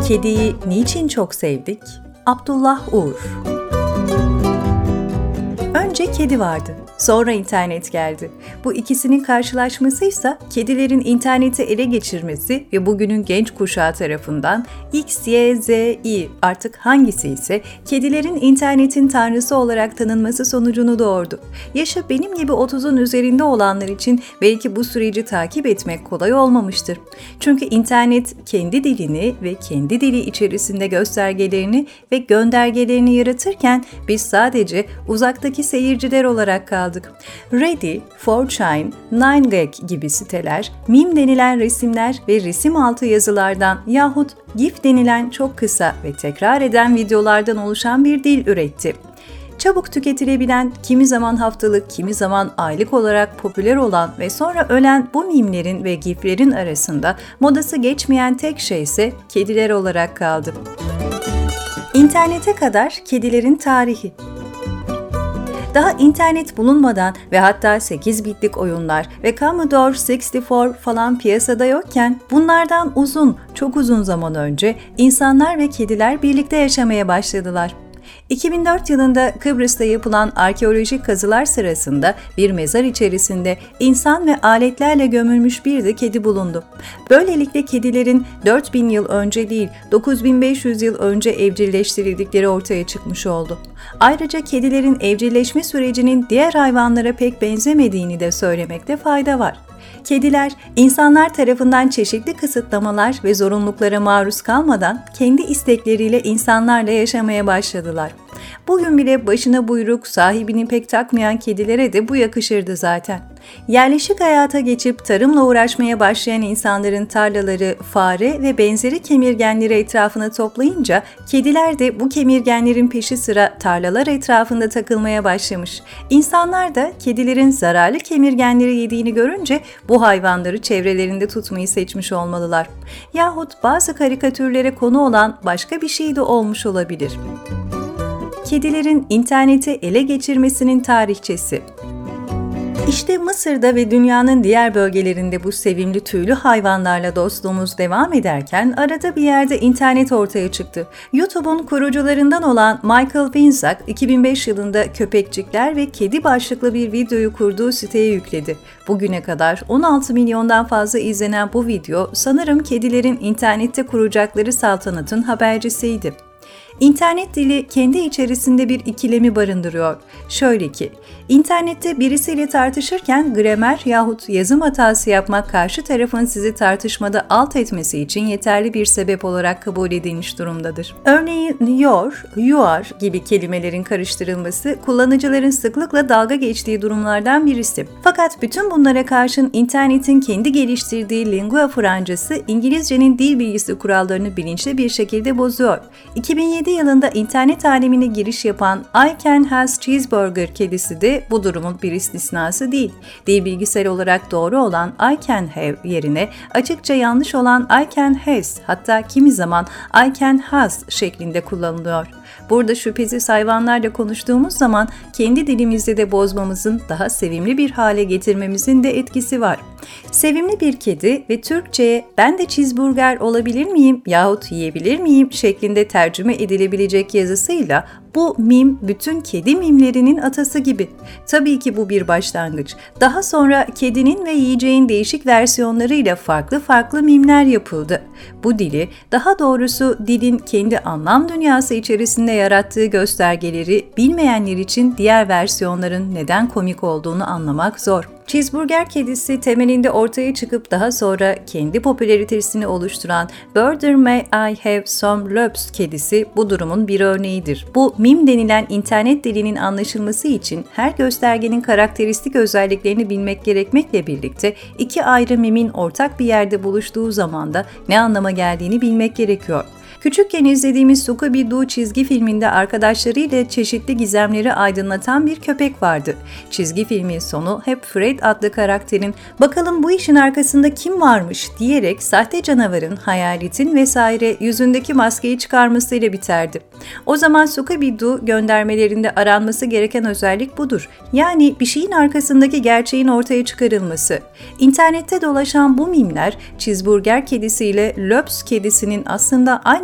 Kediyi niçin çok sevdik? Abdullah Uğur. Önce kedi vardı, sonra internet geldi. Bu ikisinin karşılaşmasıysa kedilerin interneti ele geçirmesi ve bugünün genç kuşağı tarafından X, Y, Z, Y artık hangisi ise kedilerin internetin tanrısı olarak tanınması sonucunu doğurdu. Yaşı benim gibi 30'un üzerinde olanlar için belki bu süreci takip etmek kolay olmamıştır. Çünkü internet kendi dilini ve kendi dili içerisinde göstergelerini ve göndergelerini yaratırken biz sadece uzaktaki seyirciler olarak kaldık. Ready, 4chan, 9gag gibi siteler, meme denilen resimler ve resim altı yazılardan yahut GIF denilen çok kısa ve tekrar eden videolardan oluşan bir dil üretti. Çabuk tüketilebilen, kimi zaman haftalık, kimi zaman aylık olarak popüler olan ve sonra ölen bu mimlerin ve giflerin arasında modası geçmeyen tek şey ise kediler olarak kaldı. İnternete kadar kedilerin tarihi. Daha internet bulunmadan ve hatta 8 bitlik oyunlar ve Commodore 64 falan piyasada yokken bunlardan çok uzun zaman önce insanlar ve kediler birlikte yaşamaya başladılar. 2004 yılında Kıbrıs'ta yapılan arkeolojik kazılar sırasında bir mezar içerisinde insan ve aletlerle gömülmüş bir de kedi bulundu. Böylelikle kedilerin 4000 yıl önce değil 9500 yıl önce evcilleştirildikleri ortaya çıkmış oldu. Ayrıca kedilerin evcilleşme sürecinin diğer hayvanlara pek benzemediğini de söylemekte fayda var. Kediler, insanlar tarafından çeşitli kısıtlamalar ve zorunluluklara maruz kalmadan kendi istekleriyle insanlarla yaşamaya başladılar. Bugün bile başına buyruk, sahibini pek takmayan kedilere de bu yakışırdı zaten. Yerleşik hayata geçip tarımla uğraşmaya başlayan insanların tarlaları, fare ve benzeri kemirgenleri etrafına toplayınca kediler de bu kemirgenlerin peşi sıra tarlalar etrafında takılmaya başlamış. İnsanlar da kedilerin zararlı kemirgenleri yediğini görünce bu hayvanları çevrelerinde tutmayı seçmiş olmalılar. Yahut bazı karikatürlere konu olan başka bir şey de olmuş olabilir. Kedilerin interneti ele geçirmesinin tarihçesi. İşte Mısır'da ve dünyanın diğer bölgelerinde bu sevimli tüylü hayvanlarla dostluğumuz devam ederken arada bir yerde internet ortaya çıktı. YouTube'un kurucularından olan Michael Winzak 2005 yılında köpekçikler ve kedi başlıklı bir videoyu kurduğu siteye yükledi. Bugüne kadar 16 milyondan fazla izlenen bu video sanırım kedilerin internette kuracakları saltanatın habercisiydi. İnternet dili kendi içerisinde bir ikilemi barındırıyor. Şöyle ki, internette birisiyle tartışırken gramer yahut yazım hatası yapmak karşı tarafın sizi tartışmada alt etmesi için yeterli bir sebep olarak kabul edilmiş durumdadır. Örneğin you are gibi kelimelerin karıştırılması kullanıcıların sıklıkla dalga geçtiği durumlardan birisi. Fakat bütün bunlara karşın internetin kendi geliştirdiği lingua francası İngilizcenin dil bilgisi kurallarını bilinçli bir şekilde bozuyor. 2007 yılında internet alemine giriş yapan I Can Has Cheeseburger kedisi de bu durumun bir istisnası değil. Dil bilgisel olarak doğru olan I Can Have yerine açıkça yanlış olan I Can Has, hatta kimi zaman I Can Has şeklinde kullanılıyor. Burada şüphesiz hayvanlarla konuştuğumuz zaman kendi dilimizde de bozmamızın, daha sevimli bir hale getirmemizin de etkisi var. Sevimli bir kedi ve Türkçe'ye ben de cheeseburger olabilir miyim yahut yiyebilir miyim şeklinde tercüme edilebilecek yazısıyla bu mim bütün kedi mimlerinin atası gibi. Tabii ki bu bir başlangıç. Daha sonra kedinin ve yiyeceğin değişik versiyonlarıyla farklı mimler yapıldı. Bu dili, daha doğrusu dilin kendi anlam dünyası içerisinde yarattığı göstergeleri bilmeyenler için diğer versiyonların neden komik olduğunu anlamak zor. Cheeseburger kedisi temelinde ortaya çıkıp daha sonra kendi popülaritesini oluşturan Burger May I Have Some Lobs kedisi bu durumun bir örneğidir. Bu mim denilen internet dilinin anlaşılması için her göstergenin karakteristik özelliklerini bilmek gerekmekle birlikte iki ayrı mimin ortak bir yerde buluştuğu zaman da ne anlama geldiğini bilmek gerekiyor. Küçükken izlediğimiz Scooby-Doo çizgi filminde arkadaşlarıyla çeşitli gizemleri aydınlatan bir köpek vardı. Çizgi filmin sonu hep Fred adlı karakterin "bakalım bu işin arkasında kim varmış" diyerek sahte canavarın, hayaletin vesaire yüzündeki maskeyi çıkarmasıyla biterdi. O zaman Scooby-Doo göndermelerinde aranması gereken özellik budur. Yani bir şeyin arkasındaki gerçeğin ortaya çıkarılması. İnternette dolaşan bu mimler, cheeseburger kedisiyle Lobs kedisinin aslında aynı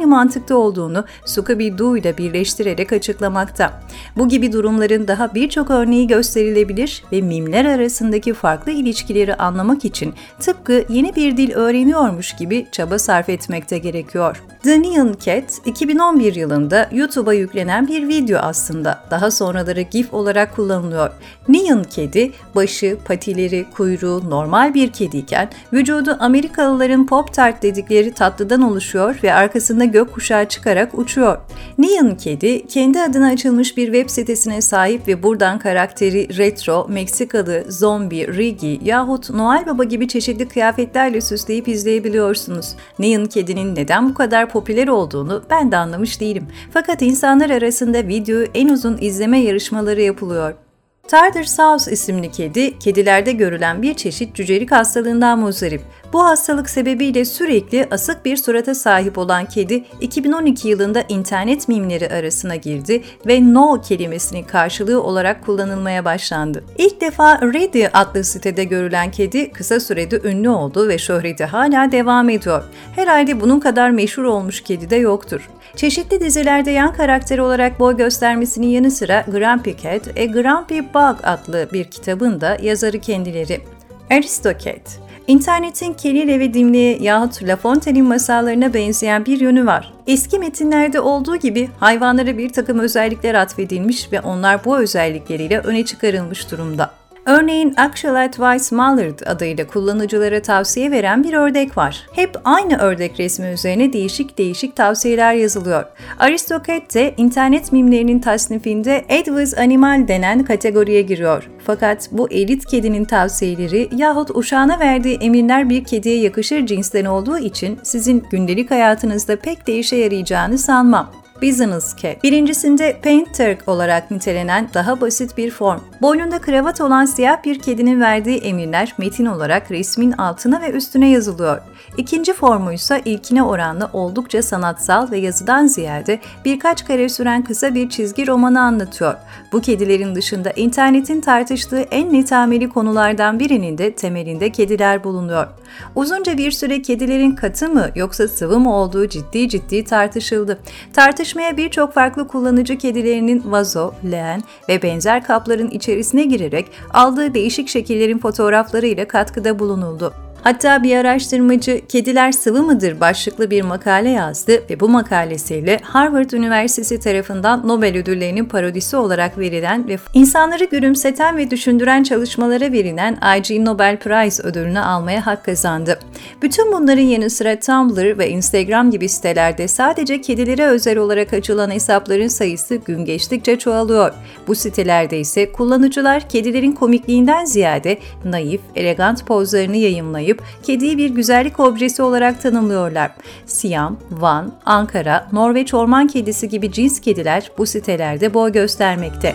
mantıkta olduğunu Scooby-Doo ile birleştirerek açıklamakta. Bu gibi durumların daha birçok örneği gösterilebilir ve mimler arasındaki farklı ilişkileri anlamak için tıpkı yeni bir dil öğreniyormuş gibi çaba sarf etmekte gerekiyor. The Nyan Cat, 2011 yılında YouTube'a yüklenen bir video aslında. Daha sonraları GIF olarak kullanılıyor. Nyan kedi, başı, patileri, kuyruğu normal bir kediyken vücudu Amerikalıların Pop-Tart dedikleri tatlıdan oluşuyor ve arkasında gökkuşağı çıkarak uçuyor. Nyan kedi, kendi adına açılmış bir web sitesine sahip ve buradan karakteri retro, Meksikalı, zombi, Rigi yahut Noel Baba gibi çeşitli kıyafetlerle süsleyip izleyebiliyorsunuz. Nyan kedinin neden bu kadar popüler olduğunu ben de anlamış değilim. Fakat insanlar arasında videoyu en uzun izleme yarışmaları yapılıyor. Tartar Sauce isimli kedi, kedilerde görülen bir çeşit cücelik hastalığından muzdarip. Bu hastalık sebebiyle sürekli asık bir surata sahip olan kedi, 2012 yılında internet mimleri arasına girdi ve no kelimesinin karşılığı olarak kullanılmaya başlandı. İlk defa Reddit adlı sitede görülen kedi kısa sürede ünlü oldu ve şöhreti hala devam ediyor. Herhalde bunun kadar meşhur olmuş kedi de yoktur. Çeşitli dizilerde yan karakteri olarak boy göstermesinin yanı sıra Grumpy Cat, A Grumpy Bug adlı bir kitabın da yazarı kendileri. Aristocat, İnternetin Kelile ve Dimli'ye yahut La Fontaine'in masallarına benzeyen bir yönü var. Eski metinlerde olduğu gibi hayvanlara bir takım özellikler atfedilmiş ve onlar bu özellikleriyle öne çıkarılmış durumda. Örneğin Actual Advice Mallard adıyla kullanıcılara tavsiye veren bir ördek var. Hep aynı ördek resmi üzerine değişik tavsiyeler yazılıyor. Aristocat de internet mimlerinin tasnifinde Advice Animal denen kategoriye giriyor. Fakat bu elit kedinin tavsiyeleri yahut uşağına verdiği emirler bir kediye yakışır cinsten olduğu için sizin gündelik hayatınızda pek de işe yarayacağını sanmam. Business Cat. Birincisinde Painter olarak nitelenen daha basit bir form. Boynunda kravat olan siyah bir kedinin verdiği emirler metin olarak resmin altına ve üstüne yazılıyor. İkinci formu ise ilkine oranla oldukça sanatsal ve yazıdan ziyade birkaç kare süren kısa bir çizgi romanı anlatıyor. Bu kedilerin dışında internetin tartıştığı en netameli konulardan birinin de temelinde kediler bulunuyor. Uzunca bir süre kedilerin katı mı yoksa sıvı mı olduğu ciddi tartışıldı. Tartışmaya birçok farklı kullanıcı kedilerinin vazo, leğen ve benzer kapların içerisine girerek aldığı değişik şekillerin fotoğraflarıyla katkıda bulunuldu. Hatta bir araştırmacı "Kediler sıvı mıdır?" başlıklı bir makale yazdı ve bu makalesiyle Harvard Üniversitesi tarafından Nobel ödüllerinin parodisi olarak verilen ve insanları gülümseten ve düşündüren çalışmalara verilen IG Nobel Prize ödülünü almaya hak kazandı. Bütün bunların yanı sıra Tumblr ve Instagram gibi sitelerde sadece kedilere özel olarak açılan hesapların sayısı gün geçtikçe çoğalıyor. Bu sitelerde ise kullanıcılar kedilerin komikliğinden ziyade naif, elegant pozlarını yayımlayıp kediyi bir güzellik objesi olarak tanımlıyorlar. Siyam, Van, Ankara, Norveç orman kedisi gibi cins kediler bu sitelerde boy göstermekte.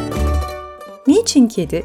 Niçin kedi?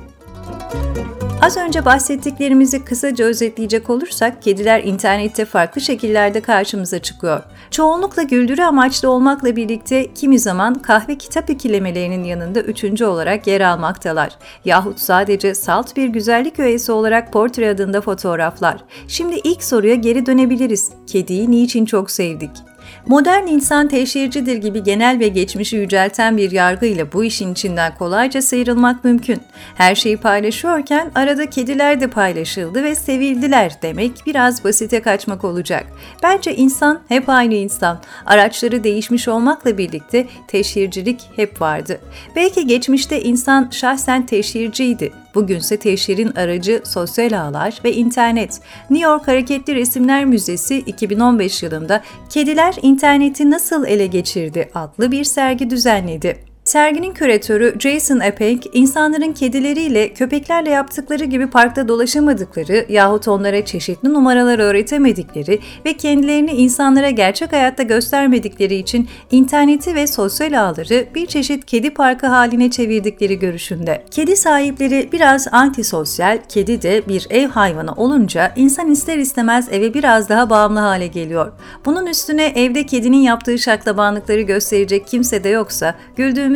Az önce bahsettiklerimizi kısaca özetleyecek olursak, kediler internette farklı şekillerde karşımıza çıkıyor. Çoğunlukla güldürü amaçlı olmakla birlikte kimi zaman kahve kitap ikilemelerinin yanında üçüncü olarak yer almaktalar. Yahut sadece salt bir güzellik öğesi olarak portre adında fotoğraflar. Şimdi ilk soruya geri dönebiliriz. Kediyi niçin çok sevdik? Modern insan teşhircidir gibi genel ve geçmişi yücelten bir yargıyla bu işin içinden kolayca sıyrılmak mümkün. Her şeyi paylaşıyorken arada kediler de paylaşıldı ve sevildiler demek biraz basite kaçmak olacak. Bence insan hep aynı insan. Araçları değişmiş olmakla birlikte teşhircilik hep vardı. Belki geçmişte insan şahsen teşhirciydi. Bugünse teşhirin aracı sosyal ağlar ve internet. New York Hareketli Resimler Müzesi 2015 yılında "Kediler interneti nasıl ele geçirdi?" adlı bir sergi düzenledi. Serginin küratörü Jason Apeng, insanların kedileriyle, köpeklerle yaptıkları gibi parkta dolaşamadıkları yahut onlara çeşitli numaralar öğretemedikleri ve kendilerini insanlara gerçek hayatta göstermedikleri için interneti ve sosyal ağları bir çeşit kedi parkı haline çevirdikleri görüşünde. Kedi sahipleri biraz antisosyal, kedi de bir ev hayvanı olunca insan ister istemez eve biraz daha bağımlı hale geliyor. Bunun üstüne evde kedinin yaptığı şaklabanlıkları gösterecek kimse de yoksa güldüğümüz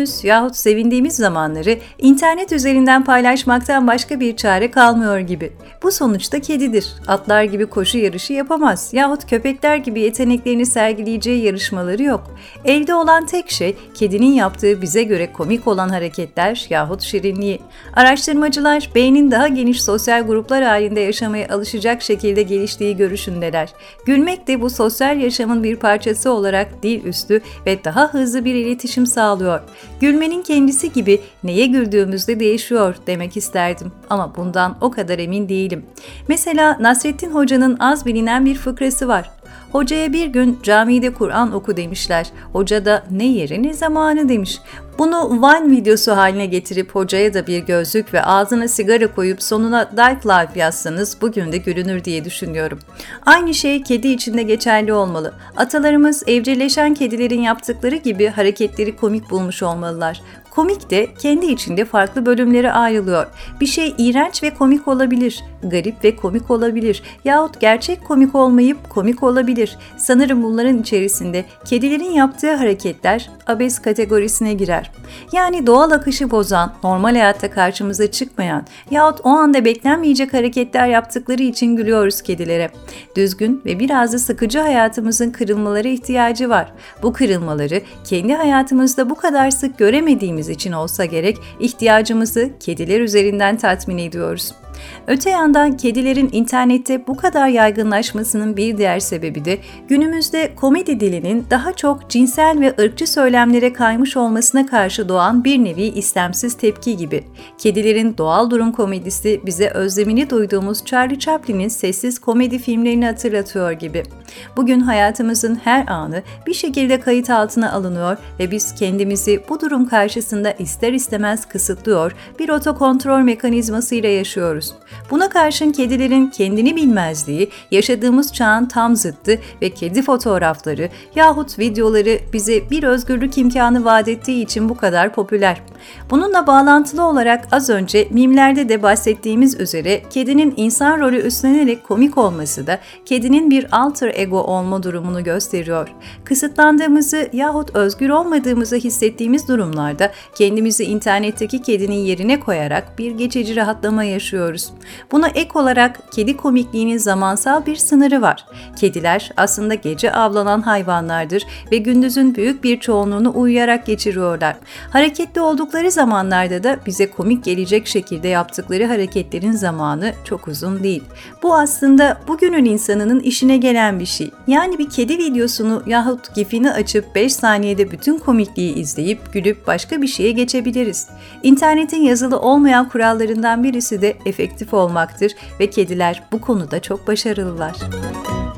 üzüldüğümüz yahut sevindiğimiz zamanları internet üzerinden paylaşmaktan başka bir çare kalmıyor gibi. Bu sonuçta kedidir. Atlar gibi koşu yarışı yapamaz yahut köpekler gibi yeteneklerini sergileyeceği yarışmaları yok. Elde olan tek şey kedinin yaptığı bize göre komik olan hareketler yahut şirinliği. Araştırmacılar beynin daha geniş sosyal gruplar halinde yaşamaya alışacak şekilde geliştiği görüşündeler. Gülmek de bu sosyal yaşamın bir parçası olarak dil üstü ve daha hızlı bir iletişim sağlıyor. Gülmenin kendisi gibi neye güldüğümüzde değişiyor demek isterdim ama bundan o kadar emin değilim. Mesela Nasrettin Hoca'nın az bilinen bir fıkrası var. Hocaya bir gün camide Kur'an oku demişler. Hoca da ne yeri ne zamanı demiş. Bunu Vine videosu haline getirip hocaya da bir gözlük ve ağzına sigara koyup sonuna Dark Life yazsanız bugün de gülünür diye düşünüyorum. Aynı şey kedi için de geçerli olmalı. Atalarımız evcilleşen kedilerin yaptıkları gibi hareketleri komik bulmuş olmalılar. Komik de kendi içinde farklı bölümlere ayrılıyor. Bir şey iğrenç ve komik olabilir, garip ve komik olabilir yahut gerçek komik olmayıp komik olabilir. Sanırım bunların içerisinde kedilerin yaptığı hareketler abes kategorisine girer. Yani doğal akışı bozan, normal hayatta karşımıza çıkmayan yahut o anda beklenmeyecek hareketler yaptıkları için gülüyoruz kedilere. Düzgün ve biraz da sıkıcı hayatımızın kırılmalara ihtiyacı var. Bu kırılmaları kendi hayatımızda bu kadar sık göremediğimiz için olsa gerek ihtiyacımızı kediler üzerinden tatmin ediyoruz. Öte yandan kedilerin internette bu kadar yaygınlaşmasının bir diğer sebebi de günümüzde komedi dilinin daha çok cinsel ve ırkçı söylemlere kaymış olmasına karşı doğan bir nevi istemsiz tepki gibi. Kedilerin doğal durum komedisi bize özlemini duyduğumuz Charlie Chaplin'in sessiz komedi filmlerini hatırlatıyor gibi. Bugün hayatımızın her anı bir şekilde kayıt altına alınıyor ve biz kendimizi bu durum karşısında ister istemez kısıtlıyor, bir otokontrol mekanizmasıyla yaşıyoruz. Buna karşın kedilerin kendini bilmezliği, yaşadığımız çağın tam zıttı ve kedi fotoğrafları yahut videoları bize bir özgürlük imkanı vaat ettiği için bu kadar popüler. Bununla bağlantılı olarak az önce mimlerde de bahsettiğimiz üzere kedinin insan rolü üstlenerek komik olması da kedinin bir alter ego olma durumunu gösteriyor. Kısıtlandığımızı yahut özgür olmadığımızı hissettiğimiz durumlarda kendimizi internetteki kedinin yerine koyarak bir geçici rahatlama yaşıyoruz. Buna ek olarak kedi komikliğinin zamansal bir sınırı var. Kediler aslında gece avlanan hayvanlardır ve gündüzün büyük bir çoğunluğunu uyuyarak geçiriyorlar. Hareketli oldukları zamanlarda da bize komik gelecek şekilde yaptıkları hareketlerin zamanı çok uzun değil. Bu aslında bugünün insanının işine gelen bir şey. Yani bir kedi videosunu yahut gifini açıp 5 saniyede bütün komikliği izleyip gülüp başka bir şeye geçebiliriz. İnternetin yazılı olmayan kurallarından birisi de efektif olmaktır ve kediler bu konuda çok başarılılar.